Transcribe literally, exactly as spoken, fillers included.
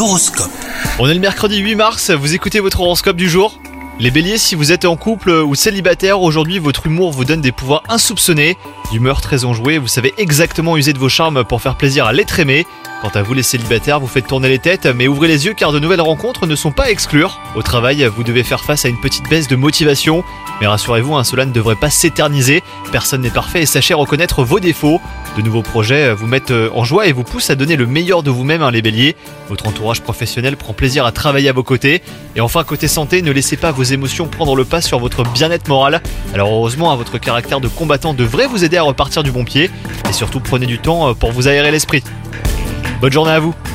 L'horoscope. On est le mercredi huit mars, vous écoutez votre horoscope du jour. Les béliers, si vous êtes en couple ou célibataire, aujourd'hui votre humour vous donne des pouvoirs insoupçonnés. D'humeur très enjouée, vous savez exactement user de vos charmes pour faire plaisir à l'être aimé. Quant à vous les célibataires, vous faites tourner les têtes, mais ouvrez les yeux car de nouvelles rencontres ne sont pas à exclure. Au travail, vous devez faire face à une petite baisse de motivation. Mais rassurez-vous, hein, cela ne devrait pas s'éterniser. Personne n'est parfait et sachez reconnaître vos défauts. De nouveaux projets vous mettent en joie et vous poussent à donner le meilleur de vous-même, hein, les béliers. Votre entourage professionnel prend plaisir à travailler à vos côtés. Et enfin, côté santé, ne laissez pas vos émotions prendre le pas sur votre bien-être moral. Alors heureusement, hein, votre caractère de combattant devrait vous aider à repartir du bon pied. Et surtout, prenez du temps pour vous aérer l'esprit. Bonne journée à vous.